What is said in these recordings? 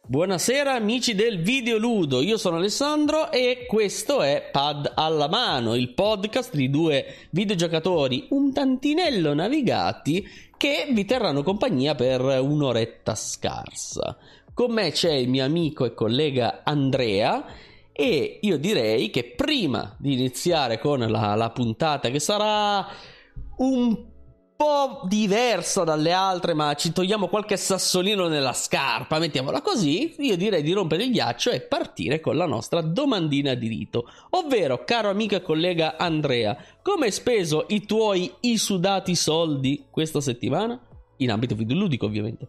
Buonasera amici del Videoludo, io sono Alessandro e questo è Pad alla mano, il podcast di due videogiocatori un tantinello navigati che vi terranno compagnia per un'oretta scarsa. Con me c'è il mio amico e collega Andrea e io direi che prima di iniziare con la puntata, che sarà un po' diversa dalle altre, ma ci togliamo qualche sassolino nella scarpa, mettiamola così, io direi di rompere il ghiaccio e partire con la nostra domandina di rito, ovvero, caro amico e collega Andrea, come hai speso i tuoi sudati soldi questa settimana? In ambito videoludico, ovviamente.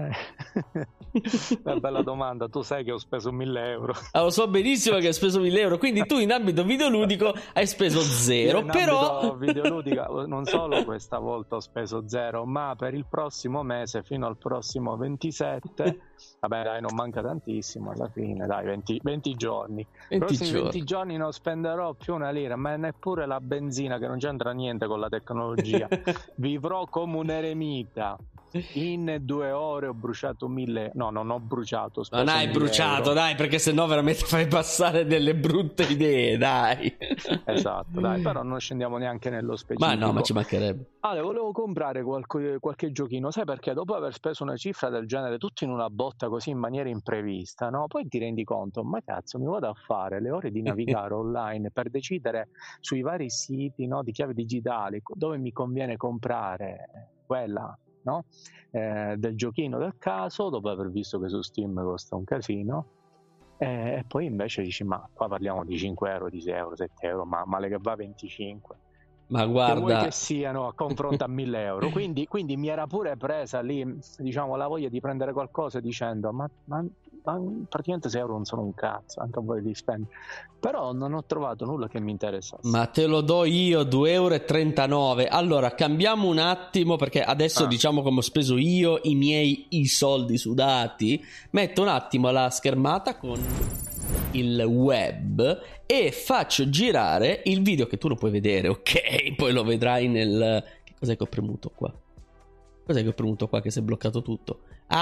Una bella domanda, tu sai che ho speso 1.000 euro. Lo so benissimo che hai speso 1.000 euro, quindi tu in ambito videoludico hai speso zero. In però ambito videoludico non solo questa volta ho speso zero, ma per il prossimo mese fino al prossimo 27, vabbè dai, non manca tantissimo alla fine, dai, 20 giorni. 20 giorni non spenderò più una lira, ma neppure la benzina, che non c'entra niente con la tecnologia. Vivrò come un eremita. In 2 ore ho bruciato 1.000. No, non ho bruciato. Non hai bruciato, dai, perché sennò veramente fai passare delle brutte idee, dai. Esatto, dai, però non scendiamo neanche nello specifico. Ma no, ma ci mancherebbe. Volevo comprare qualche giochino, sai perché? Dopo aver speso una cifra del genere tutto in una botta così in maniera imprevista, no? Poi ti rendi conto, ma cazzo, mi vado a fare le ore di navigare online per decidere sui vari siti, no, di chiave digitali dove mi conviene comprare quella, no? Del giochino del caso, dopo aver visto che su Steam costa un casino, e poi invece dici, ma qua parliamo di 5 euro, di 6 euro, 7 euro, ma male che va 25. Ma guarda, che vuoi che siano a confronto a 1.000 euro. Quindi mi era pure presa lì, diciamo, la voglia di prendere qualcosa dicendo ma praticamente 6 euro non sono un cazzo, anche a voi di spendere. Però non ho trovato nulla che mi interessasse. Ma te lo do io, 2,39 euro. Allora, cambiamo un attimo, perché adesso diciamo come ho speso io i soldi sudati. Metto un attimo la schermata con il web e faccio girare il video, che tu lo puoi vedere, ok? Poi lo vedrai nel... Che cos'è che ho premuto qua? Cos'è che ho premuto qua che si è bloccato tutto?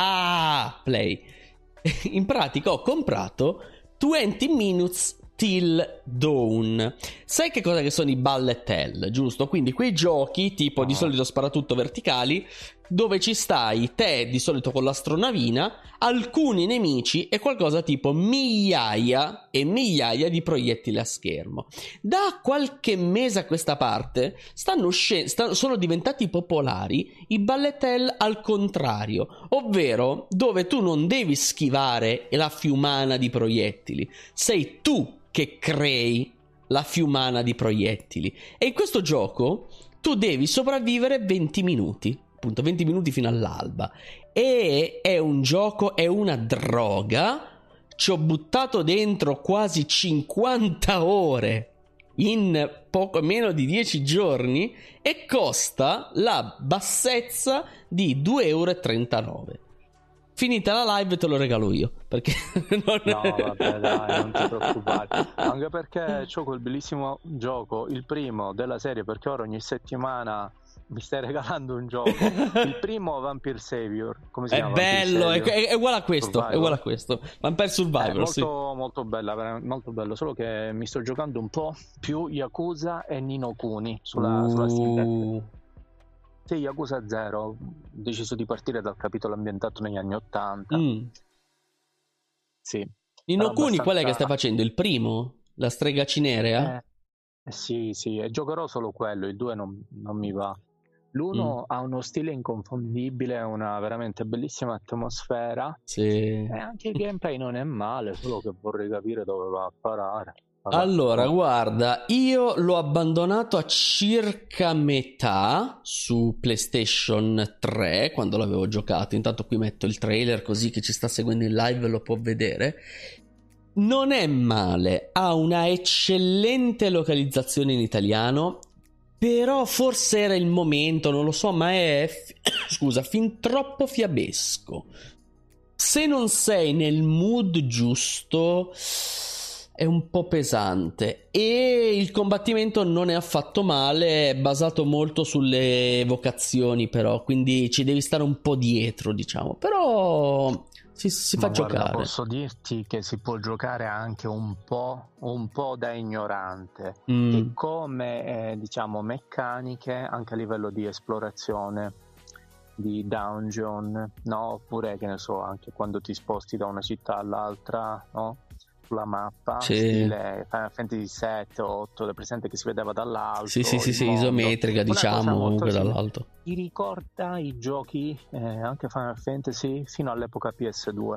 Play. In pratica ho comprato 20 Minutes Till Dawn. Sai che cosa che sono i bullet hell, giusto? Quindi quei giochi tipo di solito sparatutto verticali, dove ci stai te di solito con l'astronavina, alcuni nemici e qualcosa tipo migliaia e migliaia di proiettili a schermo. Da qualche mese a questa parte sono diventati popolari i bullet hell al contrario, ovvero dove tu non devi schivare la fiumana di proiettili, sei tu che crei la fiumana di proiettili, e in questo gioco tu devi sopravvivere 20 minuti, appunto 20 minuti fino all'alba, e è un gioco, è una droga. Ci ho buttato dentro quasi 50 ore in poco meno di 10 giorni e costa la bassezza di 2,39 euro. Finita la live te lo regalo io, perché no vabbè dai, non ti preoccupare, anche perché c'ho quel bellissimo gioco, il primo della serie, perché ora ogni settimana mi stai regalando un gioco. Il primo Vampire Savior, come si chiama? È bello, è uguale a questo, Survivor. È uguale a questo, Vampire Survivor, molto, sì. Molto bella, molto bello, solo che mi sto giocando un po' più Yakuza e Ni no Kuni sulla Steam Deck. Sì, Yakuza 0, ho deciso di partire dal capitolo ambientato negli anni 80. Sì. Ni no Kuni qual è che stai facendo? Il primo? La strega cinerea? Sì, e giocherò solo quello, il 2 non mi va. L'1 ha uno stile inconfondibile, una veramente bellissima atmosfera. Sì. E anche il gameplay non è male, solo che vorrei capire dove va a parare. Allora, guarda, io l'ho abbandonato a circa metà su PlayStation 3 quando l'avevo giocato. Intanto qui metto il trailer così chi ci sta seguendo in live lo può vedere. Non è male, ha una eccellente localizzazione in italiano, però forse era il momento, non lo so, ma è fin troppo fiabesco. Se non sei nel mood giusto, è un po' pesante, e il combattimento non è affatto male, è basato molto sulle evocazioni però, quindi ci devi stare un po' dietro, diciamo, però si fa guarda, giocare. posso dirti che si può giocare anche un po' da ignorante, Mm. e come diciamo meccaniche anche a livello di esplorazione di dungeon, no? Oppure che ne so, anche quando ti sposti da una città all'altra, no? Sulla mappa, Sì. stile Final Fantasy 7 o 8, è presente che si vedeva dall'alto, Sì, il mondo. isometrica, Una cosa diciamo, molto comunque simile. dall'alto. Mi ricorda i giochi, anche Final Fantasy, fino all'epoca PS2.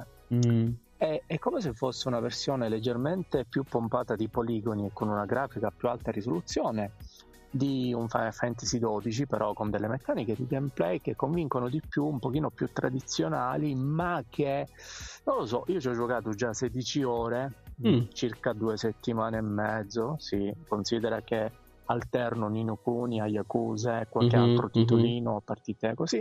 È come se fosse una versione leggermente più pompata di poligoni e con una grafica a più alta risoluzione di un Final Fantasy XII, però con delle meccaniche di gameplay che convincono di più, un pochino più tradizionali, ma che, non lo so, io ci ho giocato già 16 ore, circa 2 settimane e mezzo, sì, considera che alterno Ni no Kuni, Yakuza e qualche altro titolino, partite così.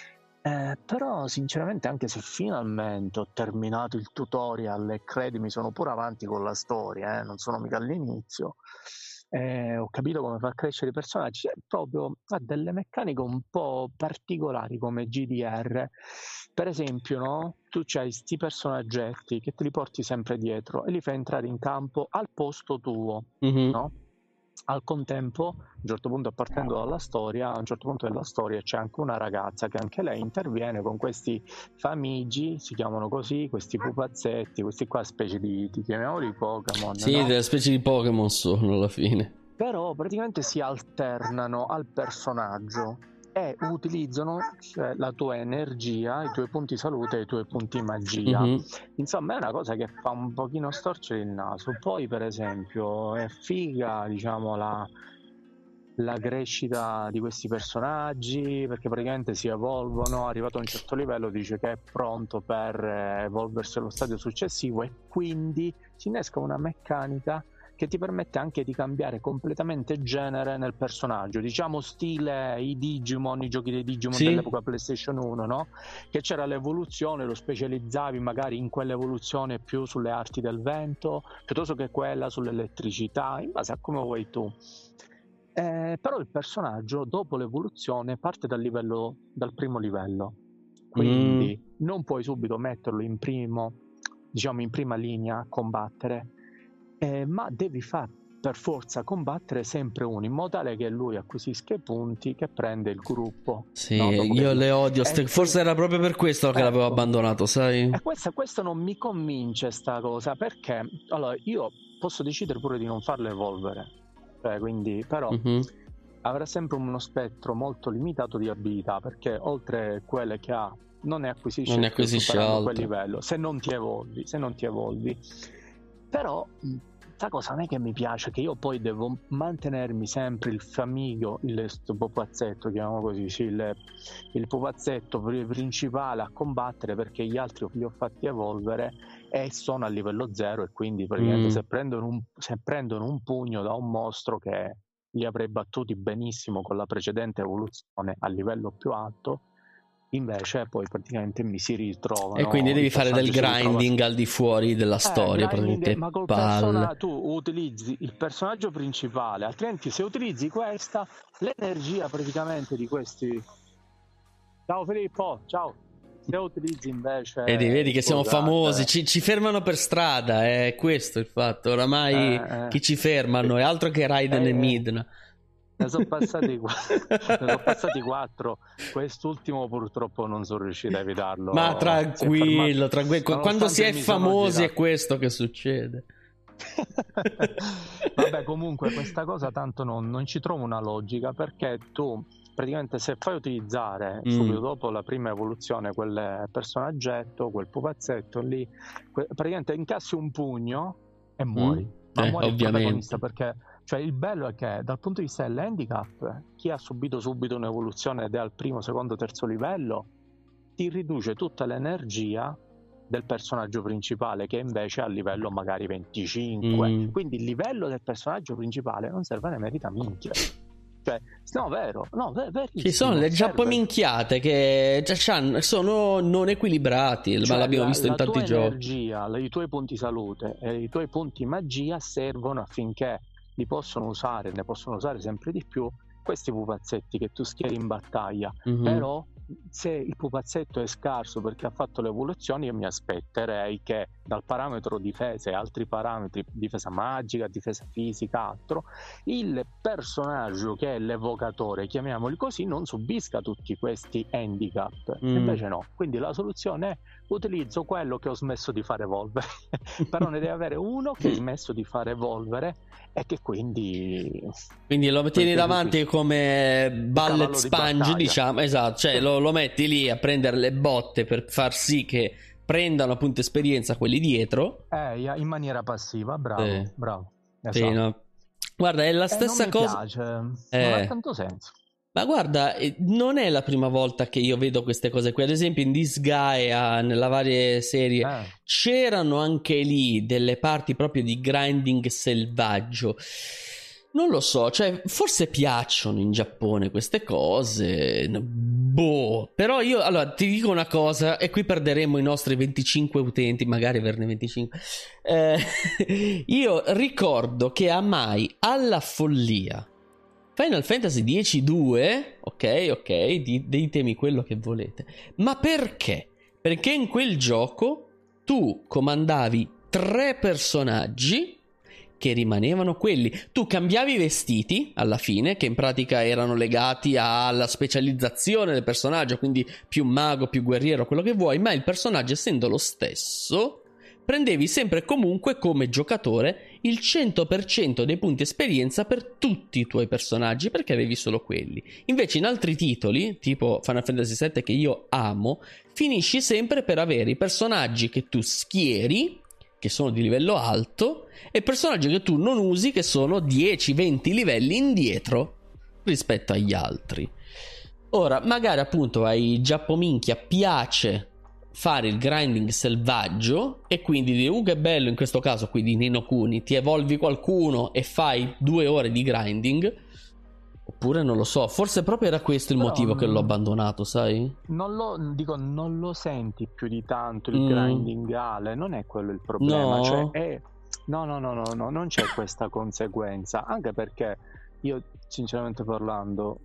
Però sinceramente, anche se finalmente ho terminato il tutorial e credimi sono pure avanti con la storia, non sono mica all'inizio, ho capito come far crescere i personaggi, proprio ha delle meccaniche un po' particolari come GDR. Per esempio, no? Tu c'hai sti personaggetti che te li porti sempre dietro e li fai entrare in campo al posto tuo, no? Al contempo, a un certo punto, partendo dalla storia, a un certo punto della storia c'è anche una ragazza che anche lei interviene con questi famigi, si chiamano così, questi pupazzetti, questi qua specie di chiamiamoli Pokémon, sì, no? delle specie di Pokémon sono alla fine. Però praticamente si alternano al personaggio e utilizzano, cioè, la tua energia, i tuoi punti salute e i tuoi punti magia. Insomma, è una cosa che fa un pochino storcere il naso. Poi, per esempio, è figa, diciamo, la crescita di questi personaggi, perché praticamente si evolvono, arrivato a un certo livello dice che è pronto per evolversi allo stadio successivo, e quindi si innesca una meccanica che ti permette anche di cambiare completamente genere nel personaggio, diciamo stile i Digimon, i giochi dei Digimon dell'epoca PlayStation 1, no? Che c'era l'evoluzione, lo specializzavi magari in quell'evoluzione più sulle arti del vento, piuttosto che quella sull'elettricità, in base a come vuoi tu. Però il personaggio dopo l'evoluzione parte dal primo livello, quindi non puoi subito metterlo in prima linea a combattere, ma devi per forza combattere sempre uno, in modo tale che lui acquisisca i punti che prende il gruppo. Sì, no? io le odio, forse era proprio per questo che l'avevo abbandonato, sai? E questo non mi convince, sta cosa, perché allora io posso decidere pure di non farlo evolvere, quindi, però avrà sempre uno spettro molto limitato di abilità, perché oltre quelle che ha non ne acquisisce altro quel livello, se non ti evolvi. Però sta cosa non è che mi piace, che io poi devo mantenermi sempre il famiglio, il pupazzetto, chiamiamolo così, sì, il pupazzetto principale a combattere, perché gli altri li ho fatti evolvere e sono a livello 0, e quindi praticamente se prendono un pugno da un mostro che li avrei battuti benissimo con la precedente evoluzione a livello più alto, invece poi praticamente mi si ritrovano, e quindi devi fare del grinding al di fuori della storia, ma col tu utilizzi il personaggio principale, altrimenti se utilizzi l'energia praticamente di questi. Ciao Filippo, ciao. Se utilizzi invece, vedi che siamo famosi, ci fermano per strada, è questo il fatto. Oramai chi ci fermano è altro che Raiden e Midna. Ne sono passati 4. Quest'ultimo purtroppo non sono riuscito a evitarlo. Ma tranquillo. Quando si è famosi è questo che succede. Vabbè, comunque questa cosa tanto non ci trovo una logica, perché tu praticamente, se fai utilizzare subito dopo la prima evoluzione quel personaggetto, quel pupazzetto lì, praticamente incassi un pugno e muori. Ma muori il protagonista, perché il bello è che dal punto di vista dell'handicap, chi ha subito un'evoluzione ed è al primo, secondo, terzo livello, ti riduce tutta l'energia del personaggio principale, che invece è a livello magari 25. Quindi il livello del personaggio principale non serve né merita minchia. Cioè, no, vero, no, verissimo. Ci sono le giappominchiate che sono non equilibrati, cioè, ma l'abbiamo visto in tanti giochi. Energia, i tuoi punti salute e i tuoi punti magia servono affinché ne possono usare sempre di più questi pupazzetti che tu schieri in battaglia. Però se il pupazzetto è scarso perché ha fatto le evoluzioni, io mi aspetterei che dal parametro difesa e altri parametri, difesa magica, difesa fisica, altro, il personaggio che è l'evocatore, chiamiamoli così, non subisca tutti questi handicap. Invece no, quindi la soluzione è: utilizzo quello che ho smesso di far evolvere però ne deve avere uno che ha smesso di far evolvere e che quindi lo tieni davanti come bullet sponge, diciamo, esatto, cioè lo metti lì a prendere le botte per far sì che prendano appunto esperienza quelli dietro in maniera passiva. Bravo, bravo, esatto. Sì, no. Guarda, è la stessa non cosa, piace, non ha tanto senso. Ma guarda, non è la prima volta che io vedo queste cose qui. Ad esempio in Disgaea, nella varie serie, c'erano anche lì delle parti proprio di grinding selvaggio. Non lo so, cioè forse piacciono in Giappone queste cose. Boh, però io allora ti dico una cosa, e qui perderemo i nostri 25 utenti, magari averne 25. Io ricordo che amai alla follia Final Fantasy X-2, ok, ditemi quello che volete. Ma perché? Perché in quel gioco tu comandavi 3 personaggi che rimanevano quelli. Tu cambiavi i vestiti alla fine, che in pratica erano legati alla specializzazione del personaggio, quindi più mago, più guerriero, quello che vuoi, ma il personaggio essendo lo stesso, prendevi sempre e comunque come giocatore il 100% dei punti esperienza per tutti i tuoi personaggi, perché avevi solo quelli. Invece in altri titoli, tipo Final Fantasy VII che io amo, finisci sempre per avere i personaggi che tu schieri, che sono di livello alto, e personaggi che tu non usi, che sono 10-20 livelli indietro rispetto agli altri. Ora, magari appunto ai giappominchia piace fare il grinding selvaggio e quindi di che bello, in questo caso qui di Ni no Kuni, ti evolvi qualcuno e fai 2 ore di grinding, oppure non lo so, forse proprio era questo il motivo che l'ho abbandonato, sai? Non lo senti più di tanto il grinding, Ale, non è quello il problema, no. Cioè no, non c'è questa conseguenza, anche perché io sinceramente parlando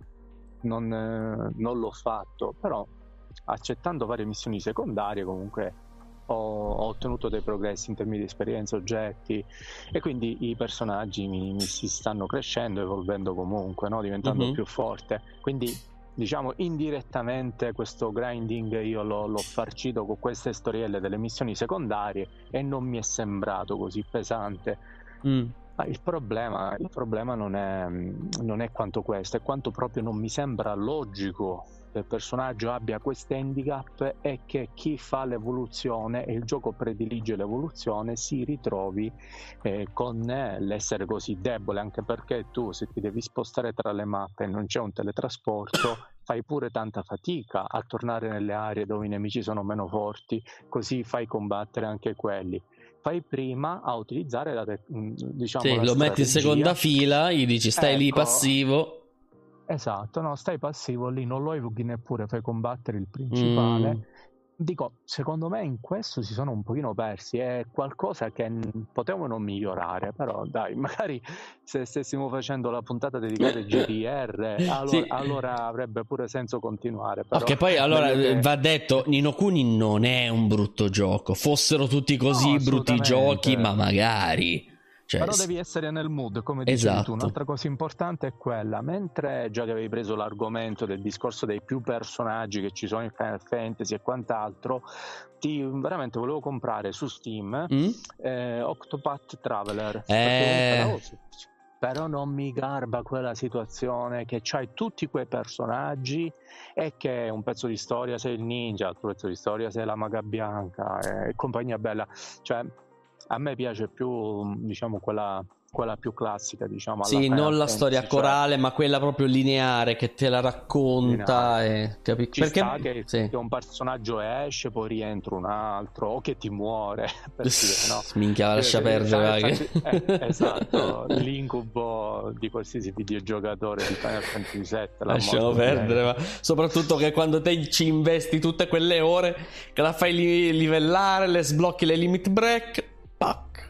non l'ho fatto, però accettando varie missioni secondarie comunque ho ottenuto dei progressi in termini di esperienza, oggetti, e quindi i personaggi mi si stanno crescendo, evolvendo comunque, no? Diventando più forte, quindi diciamo indirettamente questo grinding io l'ho farcito con queste storielle delle missioni secondarie e non mi è sembrato così pesante. Ma il problema non è quanto questo, è quanto proprio non mi sembra logico che il personaggio abbia questi handicap e che chi fa l'evoluzione e il gioco predilige l'evoluzione si ritrovi con l'essere così debole, anche perché tu, se ti devi spostare tra le mappe e non c'è un teletrasporto, fai pure tanta fatica a tornare nelle aree dove i nemici sono meno forti, così fai combattere anche quelli. Fai prima a utilizzare la lo metti in seconda fila, gli dici stai lì passivo. Esatto, no, stai passivo lì, non lo evocchi neppure, fai combattere il principale. Dico, secondo me in questo si sono un pochino persi, è qualcosa che potevano migliorare, però dai, magari se stessimo facendo la puntata dedicata ai GDR allora avrebbe pure senso continuare. Però che poi allora va detto, Ni no Kuni non è un brutto gioco, fossero tutti così brutti giochi, ma magari... Però devi essere nel mood, come dicevi tu. Un'altra cosa importante è quella, mentre già che avevi preso l'argomento del discorso dei più personaggi che ci sono in Final Fantasy e quant'altro, veramente volevo comprare su Steam Octopath Traveler, però non mi garba quella situazione che c'hai tutti quei personaggi e che un pezzo di storia sei il ninja, altro pezzo di storia sei la maga bianca e compagnia bella, cioè a me piace più, diciamo, quella quella più classica, diciamo. Alla Sì, Final non la Fantasy, storia corale, ma quella proprio lineare che te la racconta. Ci Perché sta che sì. un personaggio esce, poi rientra un altro, o che ti muore, per dire, no? Minchia, lascia perdere. Esatto, l'incubo di qualsiasi videogiocatore di Final Fantasy VII. Lasciamo perdere, ma soprattutto che quando te ci investi tutte quelle ore, che la fai livellare, le sblocchi le limit break, pac.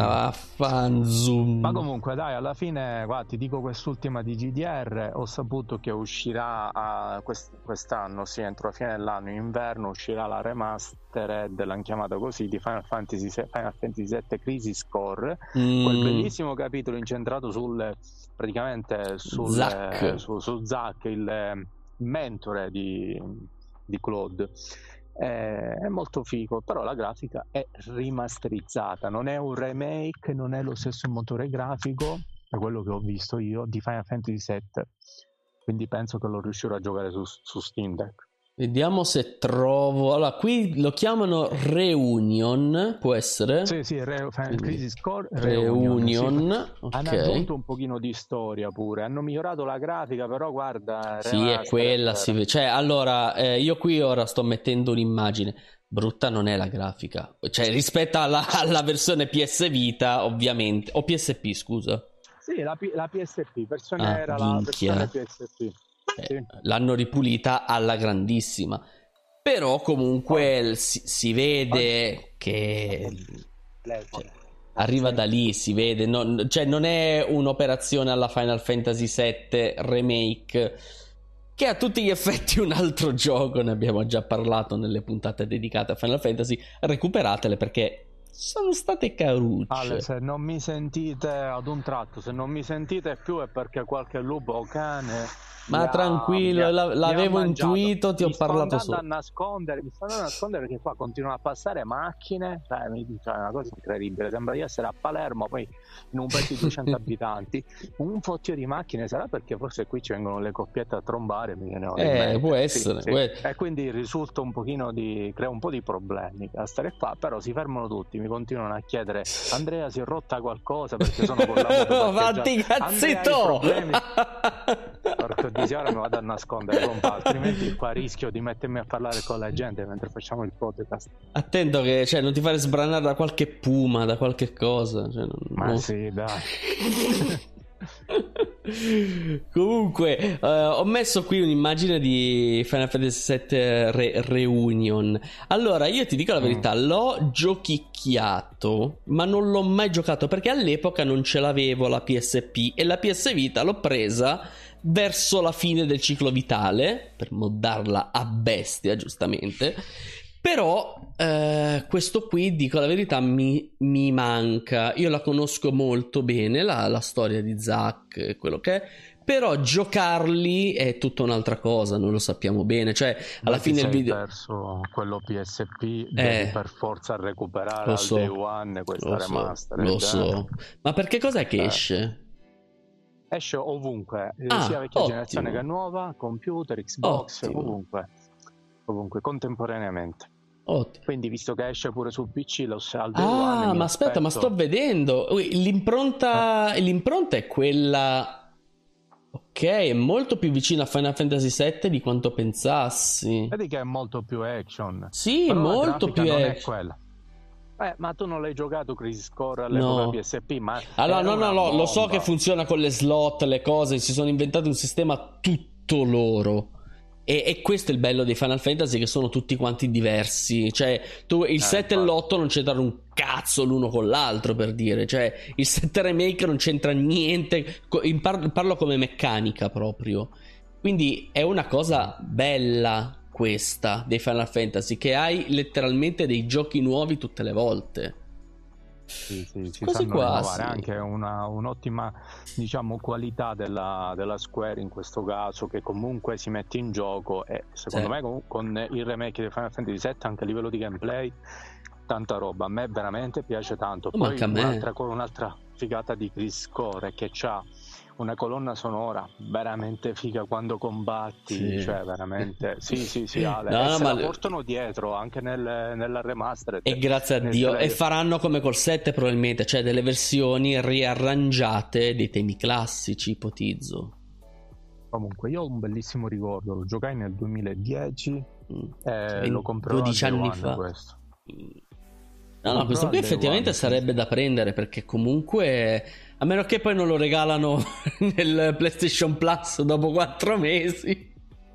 Fanzoom. Ma comunque dai, alla fine, guarda, ti dico quest'ultima di GDR, ho saputo che uscirà quest'anno, sì, entro la fine dell'anno, in inverno, uscirà la remastered, l'hanno chiamata così, di Final Fantasy VII Crisis Core, quel bellissimo capitolo incentrato praticamente su Zack, il mentore di Claude. È molto figo, però la grafica è rimasterizzata, non è un remake, non è lo stesso motore grafico, da quello che ho visto io, di Final Fantasy VII, quindi penso che lo riuscirò a giocare su Steam Deck. Vediamo se trovo. Allora, qui lo chiamano Reunion, può essere? Sì, Crisis Core Reunion. Sì. Okay. Hanno aggiunto un pochino di storia pure, hanno migliorato la grafica, però guarda, sì, è quella, sì. Cioè, allora, io qui ora sto mettendo un'immagine. Brutta non è la grafica, cioè rispetto alla versione PS Vita, ovviamente, o PSP, scusa. Sì, la PSP, era la versione PSP. Sì. L'hanno ripulita alla grandissima, però comunque si vede che arriva da lì, si vede, cioè non è un'operazione alla Final Fantasy VII Remake, che a tutti gli effetti un altro gioco, ne abbiamo già parlato nelle puntate dedicate a Final Fantasy, recuperatele perché sono state carucce. Ale, se non mi sentite ad un tratto, se non mi sentite più è perché qualche lupo o cane tranquillo, l'avevo intuito, ti ho parlato solo. Mi sto andando a nascondere perché qua continuano a passare macchine, cioè, è una cosa incredibile, sembra di essere a Palermo, poi in un paese di 200 abitanti, un fottio di macchine, sarà perché forse qui ci vengono le coppiette a trombare, può essere, sì. E quindi risulta crea un po' di problemi a stare qua, però si fermano tutti, mi continuano a chiedere: Andrea, si è rotta qualcosa? Perché sono con la moto fatti cazzito. Porco di ora mi vado a nascondere, altrimenti qua rischio di mettermi a parlare con la gente mentre facciamo il podcast. Attento che non ti fare sbranare da qualche puma, da qualche cosa, sì, dai. Comunque ho messo qui un'immagine di Final Fantasy VII Reunion. Allora, io ti dico la verità, l'ho giochicchiato, ma non l'ho mai giocato perché all'epoca non ce l'avevo la PSP e la PS Vita l'ho presa verso la fine del ciclo vitale per moddarla a bestia, giustamente. Però questo qui, dico la verità, mi manca. Io la conosco molto bene, la storia di Zack, quello che è, però giocarli è tutta un'altra cosa, non lo sappiamo bene. Cioè, alla fine il video perso quello PSP, devi per forza recuperare al day one questa remaster. Lo so. Ma perché cos'è che esce? Esce ovunque, sia vecchia generazione che nuova, computer, Xbox, ovunque, contemporaneamente. Ottimo. Quindi, visto che esce pure sul PC, al day one, ma aspetta, ma sto vedendo l'impronta è quella, ok, è molto più vicina a Final Fantasy VII di quanto pensassi. Vedi che è molto più action. Sì, però molto più action. Non è quella. Ma tu non l'hai giocato Crisis Core all'epoca PSP? Allora, no, lo so che funziona con le slot, le cose, si sono inventati un sistema tutto loro. E questo è il bello dei Final Fantasy, che sono tutti quanti diversi. Cioè, tu il 7 e l'8 non c'entrano un cazzo l'uno con l'altro, per dire. Cioè, il 7 Remake non c'entra niente. Parlo come meccanica proprio. Quindi è una cosa bella questa dei Final Fantasy, che hai letteralmente dei giochi nuovi tutte le volte. Sì, quasi quasi anche un'ottima, diciamo, qualità della Square in questo caso, che comunque si mette in gioco, e secondo me con il remake di Final Fantasy VII anche a livello di gameplay tanta roba. A me veramente piace tanto. Poi un'altra figata di Chris Core, che c'ha una colonna sonora veramente figa quando combatti, cioè veramente sì Ale, no, se ma la portano dietro anche nella remastered, e grazie a Dio, e faranno come col 7 probabilmente, cioè delle versioni riarrangiate dei temi classici, ipotizzo. Comunque io ho un bellissimo ricordo, lo giocai nel 2010 e lo comprò 12 anni fa questo. No, questo qui effettivamente sarebbe da prendere, perché comunque, a meno che poi non lo regalano nel PlayStation Plus dopo 4 mesi.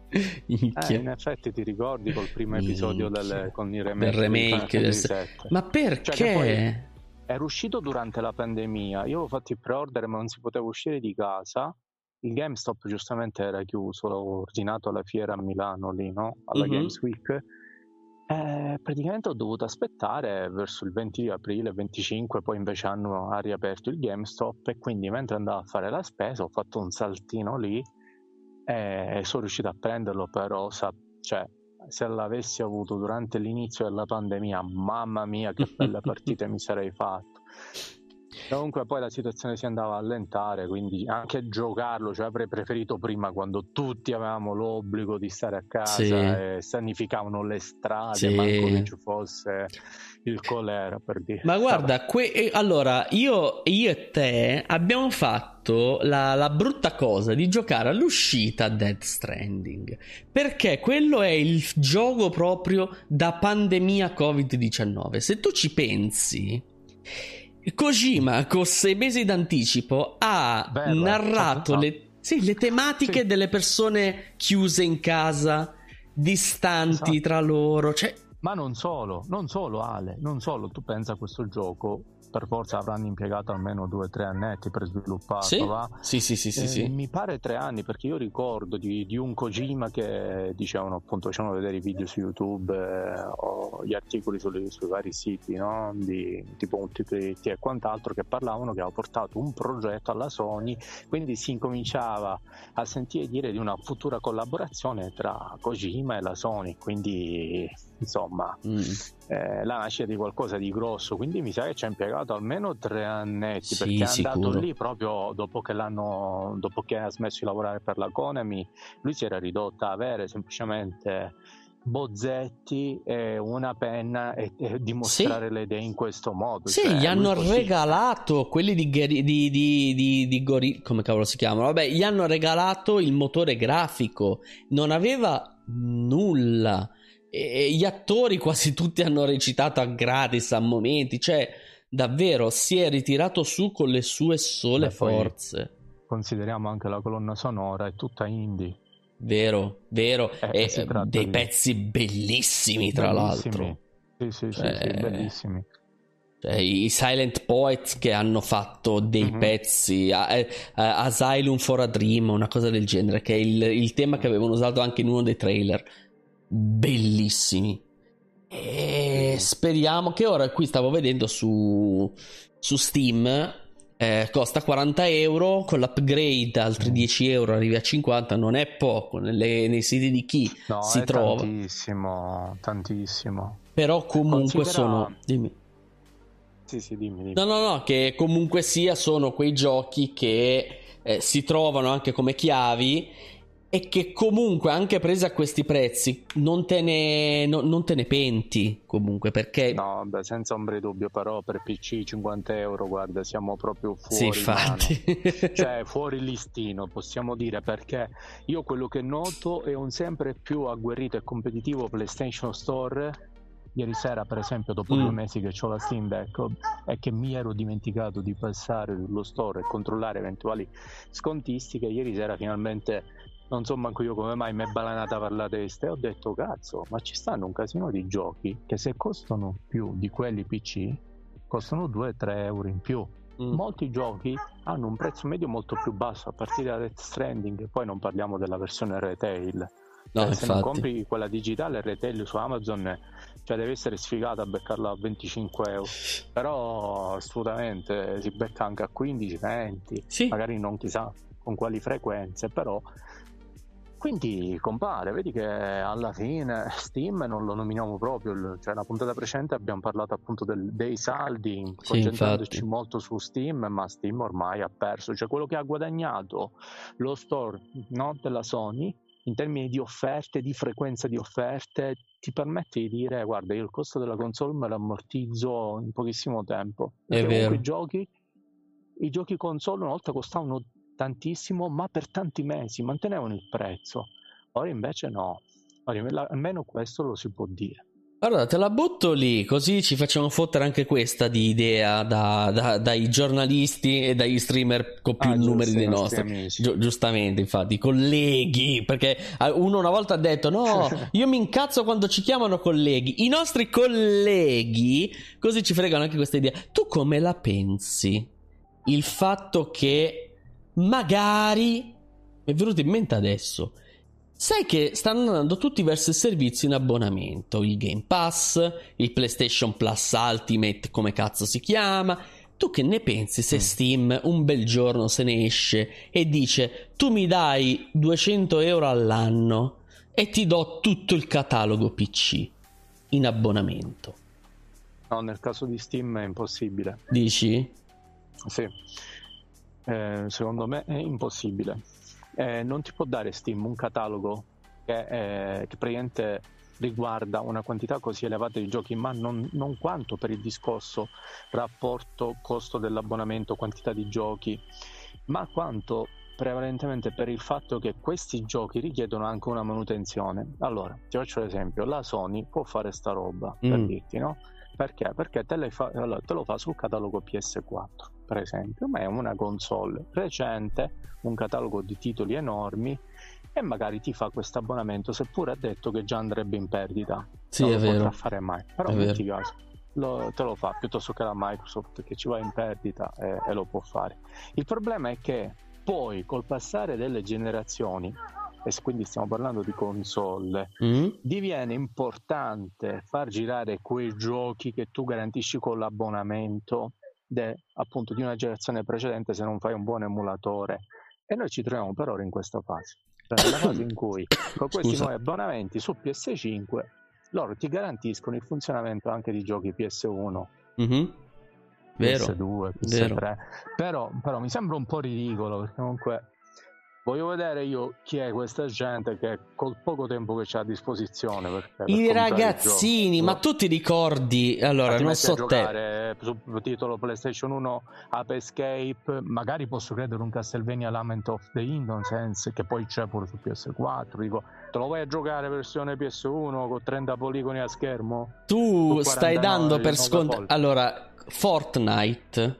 In effetti ti ricordi col primo episodio con il remake, del remake ma perché? Cioè, poi era uscito durante la pandemia, io avevo fatto il pre-order ma non si poteva uscire di casa, il GameStop giustamente era chiuso, l'avevo ordinato alla fiera a Milano lì, no? Alla Games Week. Praticamente ho dovuto aspettare verso il 20 aprile, 25, poi invece ha riaperto il GameStop, e quindi mentre andavo a fare la spesa ho fatto un saltino lì e sono riuscito a prenderlo, però cioè, se l'avessi avuto durante l'inizio della pandemia, mamma mia che belle partite mi sarei fatto. Comunque poi la situazione si andava a allentare, quindi anche giocarlo, cioè avrei preferito prima, quando tutti avevamo l'obbligo di stare a casa e sanificavano le strade, manco che ci fosse il colera, per dire. Ma guarda, allora io e te abbiamo fatto la brutta cosa di giocare all'uscita Death Stranding, perché quello è il gioco proprio da pandemia Covid-19. Se tu ci pensi, Kojima con 6 mesi d'anticipo ha narrato le tematiche delle persone chiuse in casa, distanti tra loro, cioè. Ma non solo Ale, non solo, tu pensa a questo gioco, per forza avranno impiegato almeno 2 o 3 annetti per svilupparlo, va? Sì. Mi pare 3 anni, perché io ricordo di un Kojima che dicevano, appunto, facevano vedere i video su YouTube o gli articoli sui vari siti, no? Di tipo un TT e quant'altro, che parlavano che aveva portato un progetto alla Sony, quindi si incominciava a sentire dire di una futura collaborazione tra Kojima e la Sony, quindi insomma la nascita di qualcosa di grosso, quindi mi sa che ci ha impiegato almeno 3 annetti, perché è andato lì proprio dopo che ha smesso di lavorare per la Konami. Lui si era ridotto a avere semplicemente bozzetti e una penna e dimostrare le idee in questo modo. Gli hanno regalato quelli di Gorilla, come cavolo si chiamano? Vabbè, gli hanno regalato il motore grafico, non aveva nulla. E gli attori quasi tutti hanno recitato a gratis a momenti, cioè davvero si è ritirato su con le sue sole forze. Consideriamo anche la colonna sonora, è tutta indie. Vero, e dei pezzi bellissimi, tra l'altro. Sì, bellissimi. Cioè, i Silent Poets che hanno fatto dei pezzi, Asylum for a Dream, una cosa del genere, che è il tema che avevano usato anche in uno dei trailer. Bellissimi. E speriamo che ora, qui stavo vedendo su Steam, costa 40 euro, con l'upgrade altri 10 euro arrivi a 50. Non è poco nei siti di chi si trova, tantissimo. però comunque dimmi. Dimmi. No, che comunque sia, sono quei giochi che si trovano anche come chiavi, e che comunque, anche presi a questi prezzi, non te ne penti comunque, perché senza ombra di dubbio, però per PC 50 euro, guarda, siamo proprio fuori infatti. Cioè fuori listino, possiamo dire, perché io quello che noto è un sempre più agguerrito e competitivo PlayStation Store. Ieri sera, per esempio, dopo 2 mesi che ho la Steam Deck e che mi ero dimenticato di passare sullo store e controllare eventuali scontistiche, ieri sera finalmente, non so manco io come mai, mi è balanata per la testa e ho detto cazzo, ma ci stanno un casino di giochi che se costano più di quelli PC costano 2-3 euro in più. Molti giochi hanno un prezzo medio molto più basso, a partire da Death Stranding, poi non parliamo della versione retail. Se non compri quella digitale retail su Amazon, cioè devi essere sfigato a beccarla a 25 euro, però assolutamente si becca anche a 15-20, magari non chissà con quali frequenze, però quindi compare, vedi che alla fine Steam non lo nominiamo proprio, cioè la puntata precedente abbiamo parlato appunto dei saldi, concentrandoci molto su Steam, ma Steam ormai ha perso, cioè quello che ha guadagnato lo store, no, della Sony in termini di offerte, di frequenza di offerte, ti permette di dire guarda, io il costo della console me lo ammortizzo in pochissimo tempo, perché comunque i giochi console una volta costavano tantissimo, ma per tanti mesi mantenevano il prezzo. Ora invece no, almeno questo lo si può dire. Allora te la butto lì, così ci facciamo fottere anche questa di idea dai giornalisti e dagli streamer con più numeri dei nostri. Giustamente, infatti, colleghi, perché uno una volta ha detto no, io mi incazzo quando ci chiamano colleghi. I nostri colleghi, così ci fregano anche questa idea. Tu come la pensi? Il fatto che magari, mi è venuto in mente adesso, sai che stanno andando tutti verso il servizio in abbonamento, il Game Pass, il PlayStation Plus Ultimate, come cazzo si chiama. Tu che ne pensi se Steam un bel giorno se ne esce e dice tu mi dai 200 euro all'anno e ti do tutto il catalogo PC in abbonamento? No, nel caso di Steam è impossibile. Dici? Sì, secondo me è impossibile. Non ti può dare Steam un catalogo che praticamente riguarda una quantità così elevata di giochi, ma non quanto per il discorso rapporto costo dell'abbonamento, quantità di giochi, ma quanto prevalentemente per il fatto che questi giochi richiedono anche una manutenzione. Allora, ti faccio l'esempio, la Sony può fare sta roba, per dirti, no? Perché? Perché te lo fa sul catalogo PS4, per esempio, ma è una console recente, un catalogo di titoli enormi, e magari ti fa questo abbonamento, seppure ha detto che già andrebbe in perdita. Sì, non è lo vero. potrà fare mai, però metti caso te lo fa, piuttosto che la Microsoft che ci va in perdita e lo può fare. Il problema è che poi col passare delle generazioni, e quindi stiamo parlando di console, diviene importante far girare quei giochi che tu garantisci con l'abbonamento appunto di una generazione precedente, se non fai un buon emulatore. E noi ci troviamo per ora in questa fase, cioè nella fase in cui con questi nuovi abbonamenti su PS5 loro ti garantiscono il funzionamento anche di giochi PS1, PS2, PS3. Però mi sembra un po' ridicolo, perché comunque voglio vedere io chi è questa gente che col poco tempo che c'ha a disposizione i ragazzini, ma tu ti ricordi, allora non so giocare su titolo PlayStation 1 Ape Escape, magari posso credere un Castlevania Lament of the Innocence che poi c'è pure su PS4, dico te lo vai a giocare versione PS1 con 30 poligoni a schermo? Tu stai dando per scontato. Allora Fortnite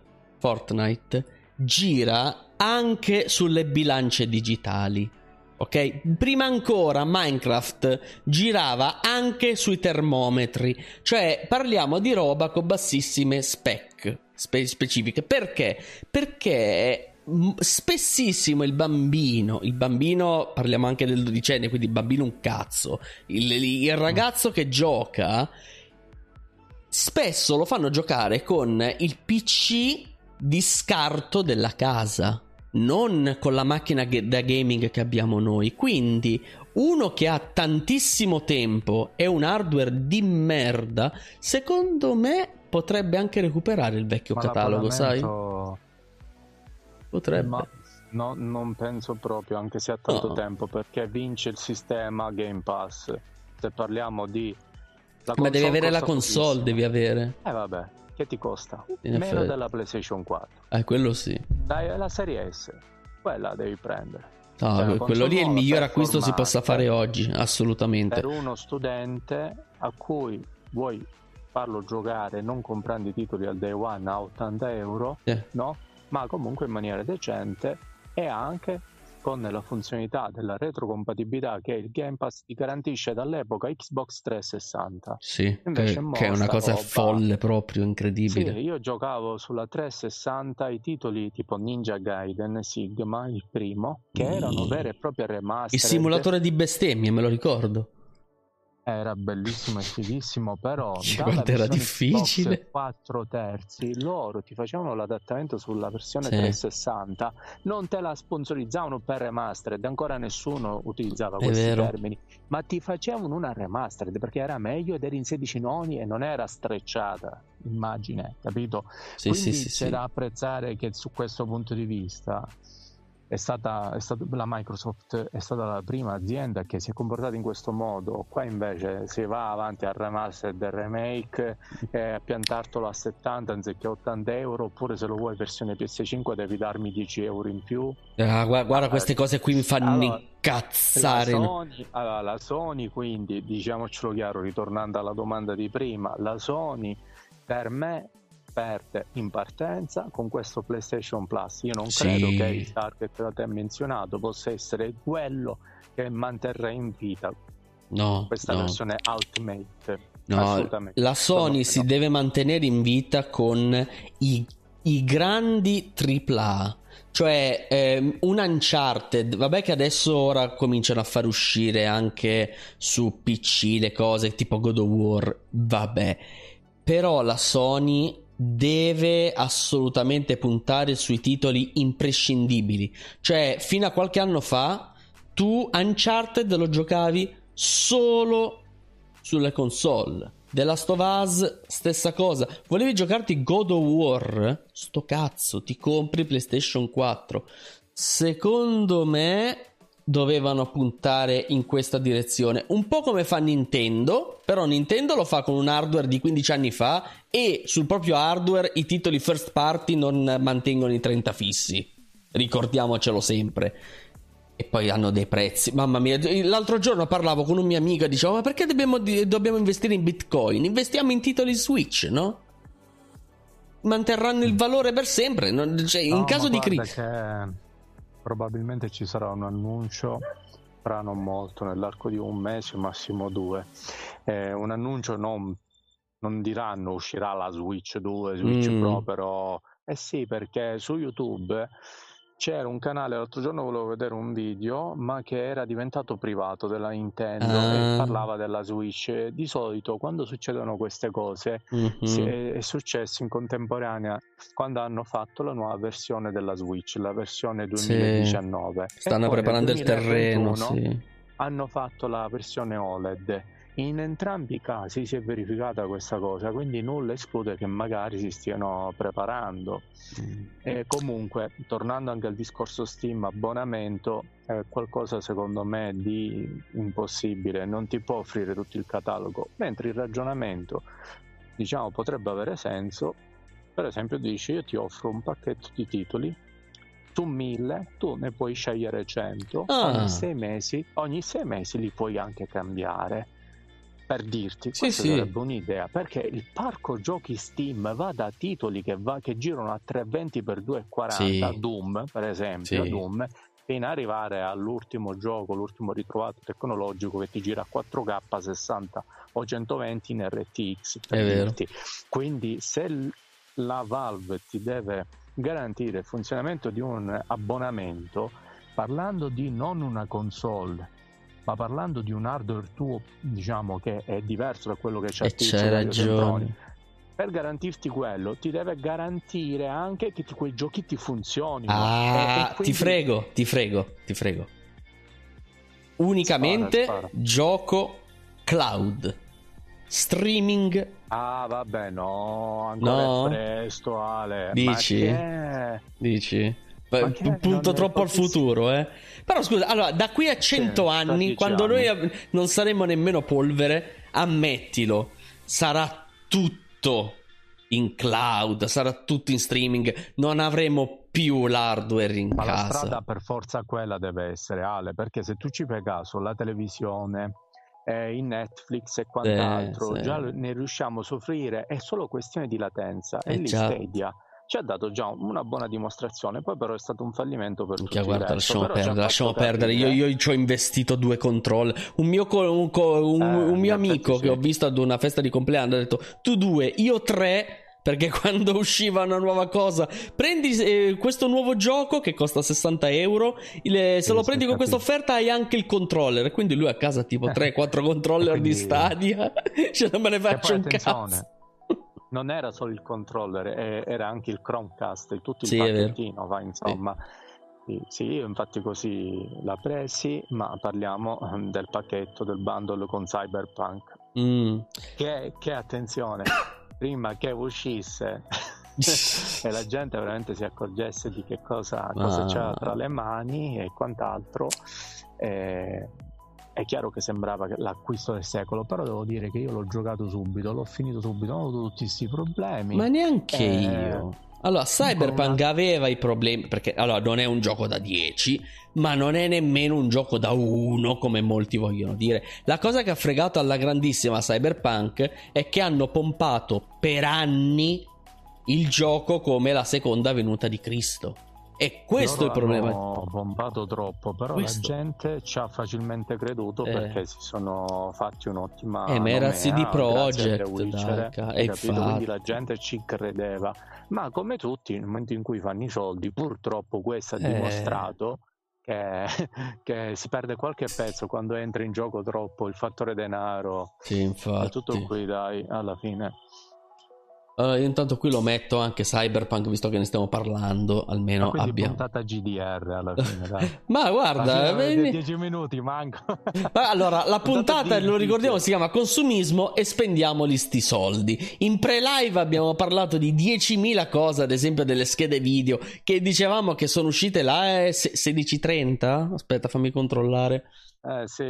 gira anche sulle bilance digitali, ok? Prima ancora Minecraft girava anche sui termometri, cioè parliamo di roba con bassissime specifiche. Perché? Perché spessissimo il bambino, parliamo anche del dodicenne, quindi il bambino un cazzo, il ragazzo che gioca spesso lo fanno giocare con il PC di scarto della casa, non con la macchina da gaming che abbiamo noi. Quindi uno che ha tantissimo tempo e un hardware di merda, secondo me potrebbe anche recuperare il vecchio catalogo, sai? Potrebbe. Ma no, non penso proprio, anche se ha tanto tempo, perché vince il sistema Game Pass. Se parliamo di ma devi avere la console, devi avere. Vabbè, che ti costa? Meno della PlayStation 4. Quello sì. Dai, la serie S, quella devi prendere. No, quello lì è il miglior acquisto si possa fare oggi, assolutamente. Per uno studente a cui vuoi farlo giocare non comprando i titoli al day one a 80 euro, no? Ma comunque in maniera decente, e anche con la funzionalità della retrocompatibilità che il Game Pass ti garantisce dall'epoca Xbox 360. Sì, che è una cosa folle, proprio incredibile. Sì, io giocavo sulla 360 i titoli tipo Ninja Gaiden, Sigma, il primo, che erano vere e proprie remaster. Il simulatore di bestemmie, me lo ricordo. Era bellissimo e fighissimo, però dalla Quanto era versione difficile. Xbox 4 terzi loro ti facevano l'adattamento sulla versione Sì. 360, non te la sponsorizzavano per remastered, ancora nessuno utilizzava È questi vero. termini, ma ti facevano una remastered perché era meglio ed era in 16 noni e non era strecciata immagine, capito? Sì, Quindi sì, sì, c'è sì. da apprezzare che su questo punto di vista la Microsoft è stata la prima azienda che si è comportata in questo modo. Qua invece si va avanti al remastered del remake e a piantartelo a 70 anziché 80 euro, oppure se lo vuoi versione PS5 devi darmi 10 euro in più. Guarda, queste cose qui mi fanno Allora, incazzare. la Sony, quindi diciamocelo chiaro, ritornando alla domanda di prima, la Sony per me perde in partenza con questo PlayStation Plus. Io non credo che il target da te menzionato possa essere quello che manterrà in vita questa versione Ultimate. Assolutamente. La Sony si deve mantenere in vita con i grandi AAA. Cioè un Uncharted, vabbè che adesso ora cominciano a far uscire anche su PC le cose tipo God of War, vabbè, però la Sony deve assolutamente puntare sui titoli imprescindibili. Cioè fino a qualche anno fa tu Uncharted lo giocavi solo sulle console. The Last of Us stessa cosa. Volevi giocarti God of War? Sto cazzo, ti compri PlayStation 4. Secondo me dovevano puntare in questa direzione, un po' come fa Nintendo, però Nintendo lo fa con un hardware di 15 anni fa e sul proprio hardware i titoli first party non mantengono i 30 fissi, ricordiamocelo sempre, e poi hanno dei prezzi, mamma mia. L'altro giorno parlavo con un mio amico e dicevo: ma perché dobbiamo investire in Bitcoin? Investiamo in titoli Switch, no? Manterranno il valore per sempre, cioè, in caso di crisi. Probabilmente ci sarà un annuncio tra non molto, nell'arco di un mese, massimo 2. Un annuncio, non diranno uscirà la Switch 2, Switch Pro, però sì, perché su YouTube c'era un canale, l'altro giorno volevo vedere un video, ma che era diventato privato, della Nintendo, e parlava della Switch. Di solito quando succedono queste cose è successo in contemporanea quando hanno fatto la nuova versione della Switch, la versione 2019. Stanno preparando il terreno, hanno fatto la versione OLED. In entrambi i casi si è verificata questa cosa, quindi nulla esclude che magari si stiano preparando. E comunque, tornando anche al discorso Steam abbonamento, è qualcosa secondo me di impossibile, non ti può offrire tutto il catalogo, mentre il ragionamento, diciamo, potrebbe avere senso. Per esempio dici: io ti offro un pacchetto di titoli su 1000, tu ne puoi scegliere 100, ogni 6 mesi li puoi anche cambiare. Per dirti, questa sarebbe un'idea, perché il parco giochi Steam va da titoli che girano a 320 x 240, Doom per esempio, Doom, fino ad arrivare all'ultimo gioco, l'ultimo ritrovato tecnologico che ti gira a 4K 60 o 120 in RTX, per dirti. Quindi se la Valve ti deve garantire il funzionamento di un abbonamento, parlando di non una console, ma parlando di un hardware tuo, diciamo, che è diverso da quello che c'è ragione. Per garantirti quello, ti deve garantire anche che quei giochi ti funzionino. Quindi... ti frego. Unicamente gioco cloud, streaming. Vabbè, no, ancora è presto, Ale. Dici? Punto troppo al futuro, Però scusa, allora, da qui a 100 anni, quando noi non saremo nemmeno polvere, ammettilo, sarà tutto in cloud, sarà tutto in streaming, non avremo più l'hardware in casa. La strada per forza quella deve essere, Ale, perché se tu ci fai caso, la televisione, in Netflix e quant'altro, già ne riusciamo a soffrire, è solo questione di latenza, e lì Stadia ci ha dato già una buona dimostrazione, poi però è stato un fallimento per tutti. Guarda, lasciamo perdere. Io ci ho investito 2 controller. Un mio amico che ho visto ad una festa di compleanno ha detto: tu 2, io 3, perché quando usciva una nuova cosa, prendi questo nuovo gioco che costa 60 euro, se lo prendi con questa offerta hai anche il controller, quindi lui a casa tipo 3-4 controller quindi... di Stadia, cioè non me ne faccio un cazzo. Non era solo il controller, era anche il Chromecast, tutto il pacchettino, va, insomma. Sì, io infatti così l'ho presi, ma parliamo del pacchetto, del bundle con Cyberpunk. Che attenzione, prima che uscisse e la gente veramente si accorgesse di che cosa c'era tra le mani e quant'altro, è chiaro che sembrava l'acquisto del secolo, però devo dire che io l'ho giocato subito, l'ho finito subito, non ho avuto tutti questi problemi. Ma neanche io. Allora, Cyberpunk aveva i problemi, perché allora non è un gioco da 10, ma non è nemmeno un gioco da 1, come molti vogliono dire. La cosa che ha fregato alla grandissima Cyberpunk è che hanno pompato per anni il gioco come la seconda venuta di Cristo. E questo è il problema. Hanno pompato troppo, però la gente ci ha facilmente creduto perché si sono fatti un'ottima ma era CD Projekt, quindi la gente ci credeva. Ma come tutti, nel momento in cui fanno i soldi, purtroppo questo ha dimostrato che si perde qualche pezzo quando entra in gioco troppo il fattore denaro. Sì, infatti. Tutto qui, dai, alla fine. Io intanto qui lo metto anche Cyberpunk, visto che ne stiamo parlando, almeno abbiamo puntata GDR alla fine, dai. Ma guarda, 10 minuti manco. Allora, la puntata, lo ricordiamo, si chiama Consumismo e spendiamoli sti soldi. In pre-live abbiamo parlato di 10.000 cose, ad esempio delle schede video che dicevamo che sono uscite là 16:30. Aspetta, fammi controllare. Sì,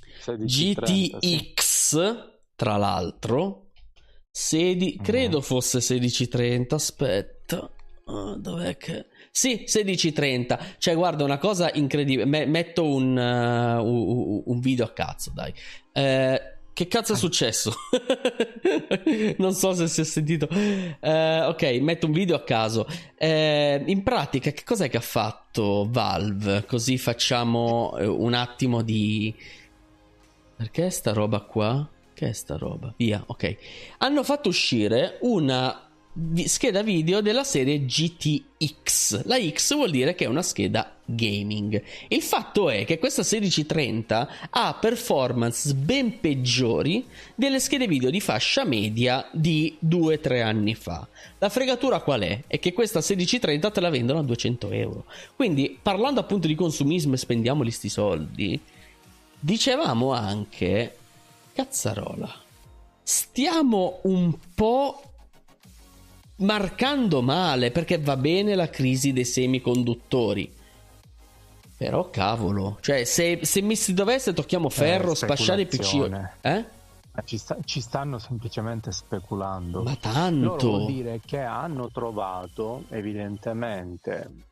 16:30, tra l'altro. Credo fosse 16:30. Aspetta, dov'è che... Sì, 16:30. Cioè, guarda, una cosa incredibile. Metto un video a cazzo, dai. Che cazzo è successo? Non so se si è sentito. Ok, metto un video a caso. In pratica, che cos'è che ha fatto Valve? Così facciamo un attimo di... Perché sta roba qua? Che è sta roba? Via, ok. Hanno fatto uscire una scheda video della serie GTX. La X vuol dire che è una scheda gaming. Il fatto è che questa 1630 ha performance ben peggiori delle schede video di fascia media di 2-3 anni fa. La fregatura qual è? È che questa 1630 te la vendono a 200 euro. Quindi, parlando appunto di consumismo e spendiamoli sti soldi, dicevamo anche... Cazzarola, stiamo un po' marcando male, perché va bene la crisi dei semiconduttori, però cavolo, cioè se mi si dovesse tocchiamo ferro, spacciare i PC, ci stanno semplicemente speculando. Ma tanto. Loro vuol dire che hanno trovato evidentemente,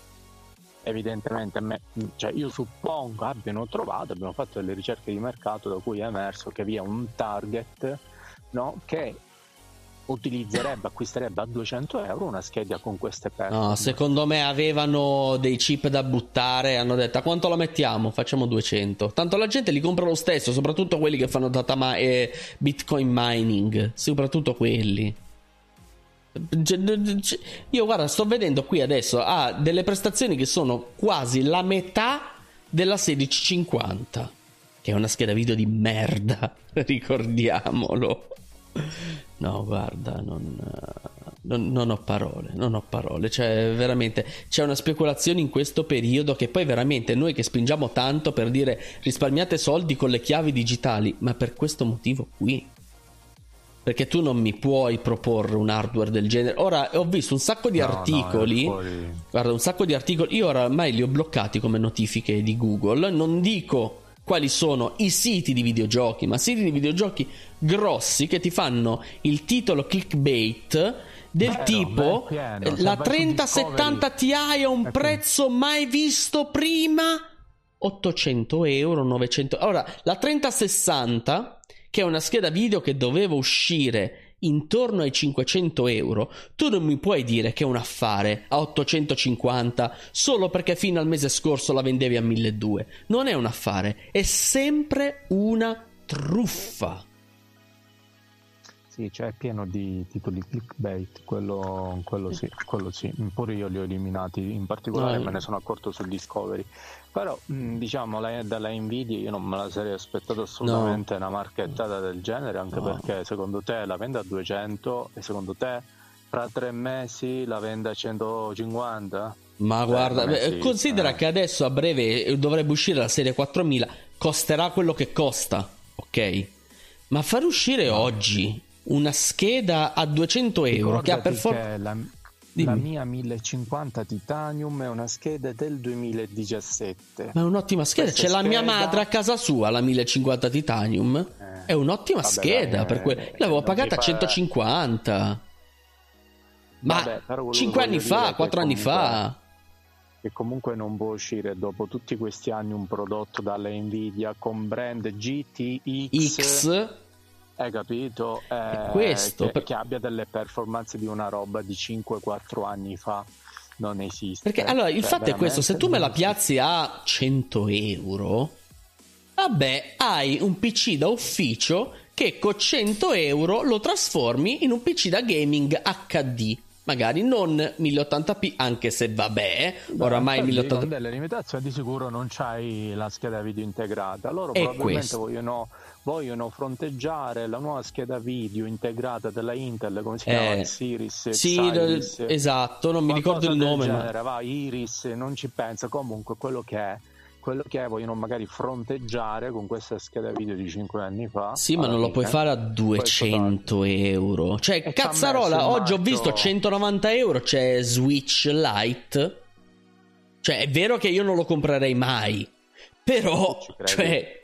cioè io suppongo abbiano fatto delle ricerche di mercato da cui è emerso che vi è un target, no, che acquisterebbe a 200 euro una scheda con queste performance. No, secondo me avevano dei chip da buttare, hanno detto a quanto la mettiamo? Facciamo 200. Tanto la gente li compra lo stesso, soprattutto quelli che fanno Bitcoin mining, soprattutto quelli. Io guarda, sto vedendo qui adesso ha delle prestazioni che sono quasi la metà della 1650, che è una scheda video di merda, ricordiamolo. No, guarda, non ho parole, cioè veramente c'è una speculazione in questo periodo che poi veramente noi che spingiamo tanto per dire risparmiate soldi con le chiavi digitali, ma per questo motivo qui. Perché tu non mi puoi proporre un hardware del genere. Ora ho visto un sacco di articoli. Guarda, un sacco di articoli. Io oramai li ho bloccati come notifiche di Google. Non dico quali sono i siti di videogiochi, ma siti di videogiochi grossi che ti fanno il titolo clickbait del tipo la 3070 Ti a un prezzo mai visto prima, 800 euro, 900. Ora, la 3060, che è una scheda video che doveva uscire intorno ai 500 euro, tu non mi puoi dire che è un affare a 850 solo perché fino al mese scorso la vendevi a 1200. Non è un affare, è sempre una truffa. Sì, cioè è pieno di titoli clickbait, quello sì, pure io li ho eliminati, in particolare me ne sono accorto su Discovery, però diciamo dalla Nvidia io non me la sarei aspettato assolutamente una marchettata del genere, anche perché secondo te la vende a 200 e secondo te fra 3 mesi la vende a 150? Ma guarda, considera che adesso a breve dovrebbe uscire la serie 4000, costerà quello che costa, ok? Ma far uscire oggi una scheda a 200 euro che ha la mia 1050 Titanium è una scheda del 2017. Ma è un'ottima scheda. C'è la mia madre a casa sua, la 1050 Titanium. È un'ottima scheda. Per l'avevo pagata a 150. Ma 5 anni fa, 4 anni fa. Che comunque non può uscire dopo tutti questi anni un prodotto dalla Nvidia con brand GTX. Hai capito? Questo che abbia delle performance di una roba di 5-4 anni fa non esiste. Perché allora il fatto è questo: se tu me la piazzi a 100 euro, vabbè, hai un PC da ufficio che con 100 euro lo trasformi in un PC da gaming HD. Magari non 1080p, anche se vabbè, oramai 1080p. Con delle limitazioni di sicuro non c'hai la scheda video integrata. Loro probabilmente vogliono fronteggiare la nuova scheda video integrata della Intel, come si chiama? Series? Sì, esatto, non mi ricordo il nome. Va, Iris, non ci pensa. Comunque quello che vogliono magari fronteggiare con questa scheda video di 5 anni fa. Sì, ma non lo puoi fare a 200 euro. Cioè, cazzarola, oggi ho visto 190 euro, c'è Switch Lite. Cioè, è vero che io non lo comprerei mai, però, cioè,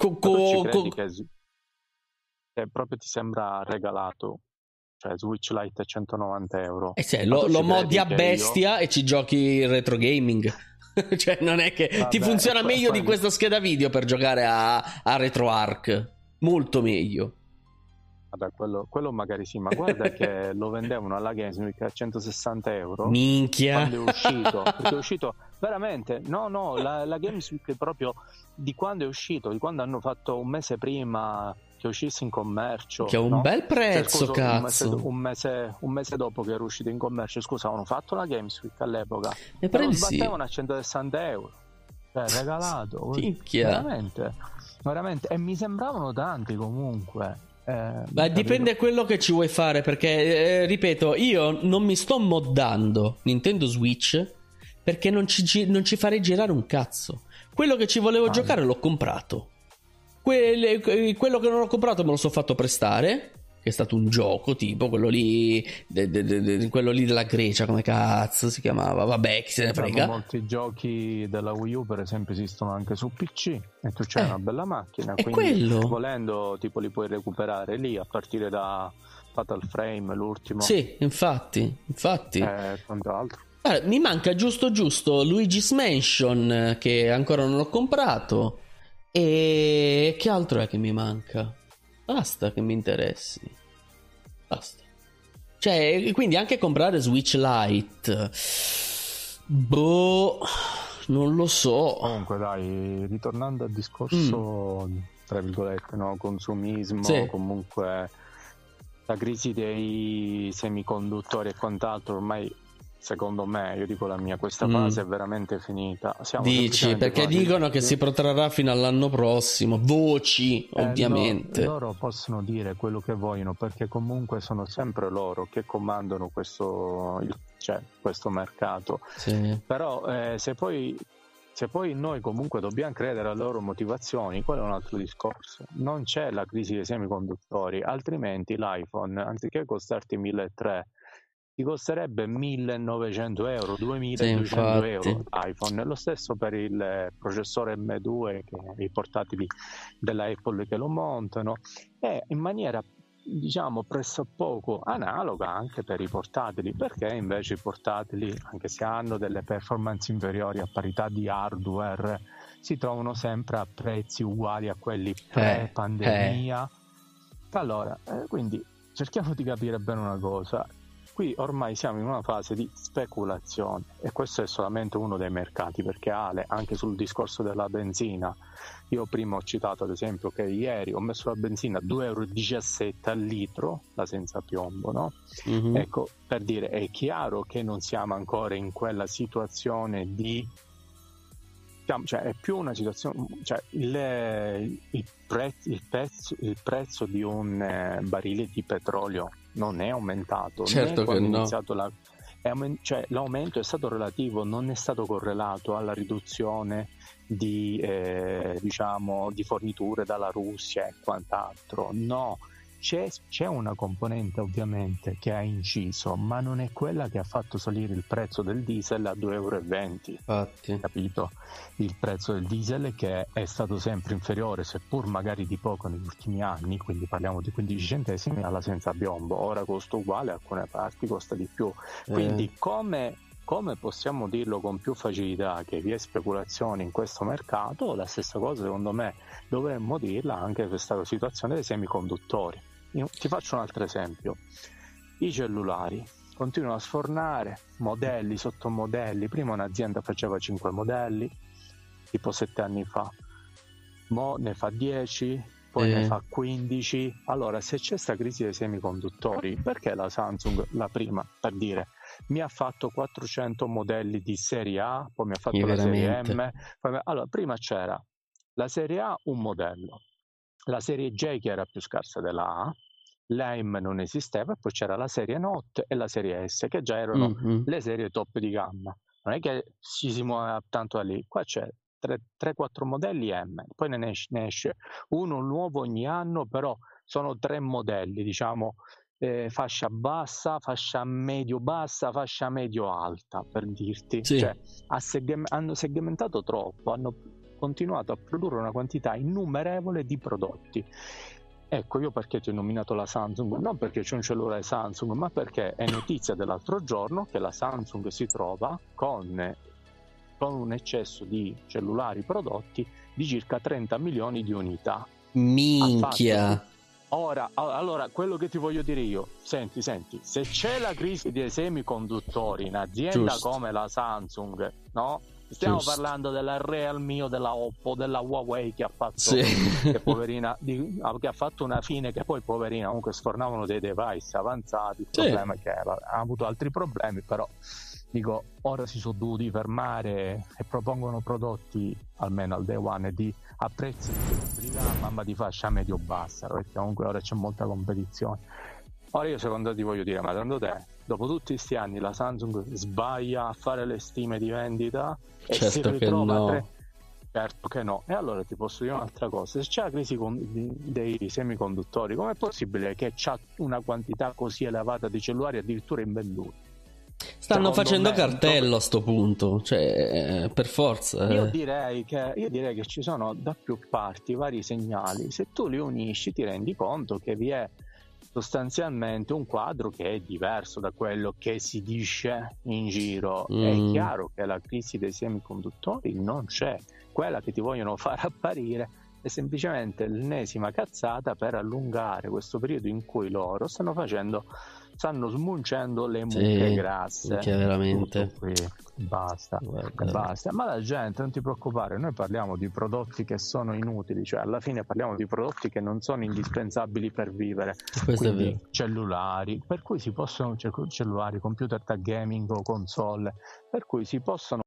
proprio ti sembra regalato. Cioè, Switch Lite a 190 euro. Lo modi a bestia e ci giochi il retro gaming. Cioè non è che ti funziona meglio di questa scheda video per giocare a RetroArch, molto meglio. Vabbè, quello magari sì, ma guarda che lo vendevano alla Games Week a 160 euro. Minchia. Quando è uscito veramente, la Games Week proprio di quando è uscito, di quando hanno fatto un mese prima che uscisse in commercio, che è un bel prezzo, cazzo. Un mese dopo che era uscito in commercio, scusa, hanno fatto la Games Week all'epoca e lo battevano a 160 euro, cioè regalato. Minchia. Veramente, e mi sembravano tanti comunque. Ma dipende da quello che ci vuoi fare, perché ripeto, io non mi sto moddando Nintendo Switch perché non ci farei girare un cazzo. Quello che ci volevo giocare l'ho comprato. Quello che non ho comprato me lo sono fatto prestare, che è stato un gioco tipo quello lì quello lì della Grecia, come cazzo si chiamava, vabbè, chi se ne frega. Molti giochi della Wii U per esempio esistono anche su PC e tu c'hai una bella macchina, quindi quello, volendo tipo li puoi recuperare lì a partire da Fatal Frame, l'ultimo. Sì, infatti quant'altro. Allora, mi manca giusto Luigi's Mansion, che ancora non ho comprato. E che altro è che mi manca? Basta che mi interessi. Basta. Cioè, quindi anche comprare Switch Lite. Non lo so. Comunque dai, ritornando al discorso, tra virgolette, no, consumismo, comunque la crisi dei semiconduttori e quant'altro ormai, secondo me, io dico la mia, questa fase è veramente finita. Dici, perché dicono che si protrarrà fino all'anno prosso, voci ovviamente. Loro possono dire quello che vogliono, perché comunque sono sempre loro che comandano questo mercato. Sì. Però se poi noi comunque dobbiamo credere alle loro motivazioni, quello è un altro discorso. Non c'è la crisi dei semiconduttori, altrimenti l'iPhone, anziché costarti 1.300, ti costerebbe 1.900 euro, 2.200 euro l'iPhone. Lo stesso per il processore M2, che i portatili della Apple che lo montano, e in maniera diciamo pressopoco analoga anche per i portatili, perché invece i portatili, anche se hanno delle performance inferiori a parità di hardware, si trovano sempre a prezzi uguali a quelli pre-pandemia. Allora, quindi cerchiamo di capire bene una cosa: qui ormai siamo in una fase di speculazione e questo è solamente uno dei mercati, perché Ale, anche sul discorso della benzina, io prima ho citato ad esempio che ieri ho messo la benzina a 2,17 euro al litro, la senza piombo, no? Mhm. Ecco, per dire, è chiaro che non siamo ancora in quella situazione di, cioè è più una situazione, cioè il prezzo di un barile di petrolio non è aumentato, Certo né che quando è no. iniziato cioè l'aumento è stato relativo, non è stato correlato alla riduzione di diciamo di forniture dalla Russia e quant'altro. No, c'è una componente ovviamente che ha inciso, ma non è quella che ha fatto salire il prezzo del diesel a 2,20 euro. Infatti. Capito? Il prezzo del diesel che è stato sempre inferiore, seppur magari di poco negli ultimi anni, quindi parliamo di 15 centesimi alla senza biombo, ora costa uguale, alcune parti costa di più. Quindi come possiamo dirlo con più facilità che vi è speculazione in questo mercato, la stessa cosa secondo me dovremmo dirla anche per questa situazione dei semiconduttori. Ti faccio un altro esempio: i cellulari continuano a sfornare modelli, sottomodelli. Prima un'azienda faceva 5 modelli tipo 7 anni fa, mo ne fa 10, poi ne fa 15. Allora, se c'è questa crisi dei semiconduttori, perché la Samsung, la prima, per dire, mi ha fatto 400 modelli di serie A, poi mi ha fatto la serie M, allora prima c'era la serie A, un modello, la serie J che era più scarsa della A, la M non esisteva, e poi c'era la serie Note e la serie S che già erano le serie top di gamma. Non è che ci si muove tanto da lì, qua c'è 3-4 modelli M, poi ne esce uno nuovo ogni anno, però sono 3 modelli, diciamo, fascia bassa, fascia medio bassa, fascia medio alta, per dirti. Sì. Cioè hanno segmentato troppo, hanno continuato a produrre una quantità innumerevole di prodotti. Ecco, io perché ti ho nominato la Samsung? Non perché c'è un cellulare Samsung, ma perché è notizia dell'altro giorno che la Samsung si trova con un eccesso di cellulari prodotti di circa 30 milioni di unità. Minchia. Ora, allora, quello che ti voglio dire io, senti, se c'è la crisi dei semiconduttori in azienda come la Samsung, no? Stiamo parlando della Realme o della Oppo, della Huawei che ha fatto, che poverina, che ha fatto una fine, che poi poverina comunque sfornavano dei device avanzati. Il problema è che ha avuto altri problemi, però dico, ora si sono dovuti fermare e propongono prodotti, almeno al day one, a prezzi di gamma ma di fascia medio-bassa, perché comunque ora c'è molta competizione. Ora io secondo te ti voglio dire, ma secondo te, dopo tutti questi anni, la Samsung sbaglia a fare le stime di vendita e si ritrova Certo che no. E allora ti posso dire un'altra cosa: se c'è la crisi dei semiconduttori, com'è possibile che c'ha una quantità così elevata di cellulari addirittura invenduti? Stanno facendo cartello a sto punto, cioè per forza. Io direi che ci sono da più parti vari segnali. Se tu li unisci ti rendi conto che vi è sostanzialmente un quadro che è diverso da quello che si dice in giro. È chiaro che la crisi dei semiconduttori non c'è, quella che ti vogliono far apparire è semplicemente l'ennesima cazzata per allungare questo periodo in cui loro stanno smuncendo le mucche grasse. Che veramente qui. Basta. Ma la gente, non ti preoccupare, noi parliamo di prodotti che sono inutili, cioè alla fine parliamo di prodotti che non sono indispensabili per vivere. Quindi cellulari, per cui si possono cellulari, computer da gaming o console, per cui si possono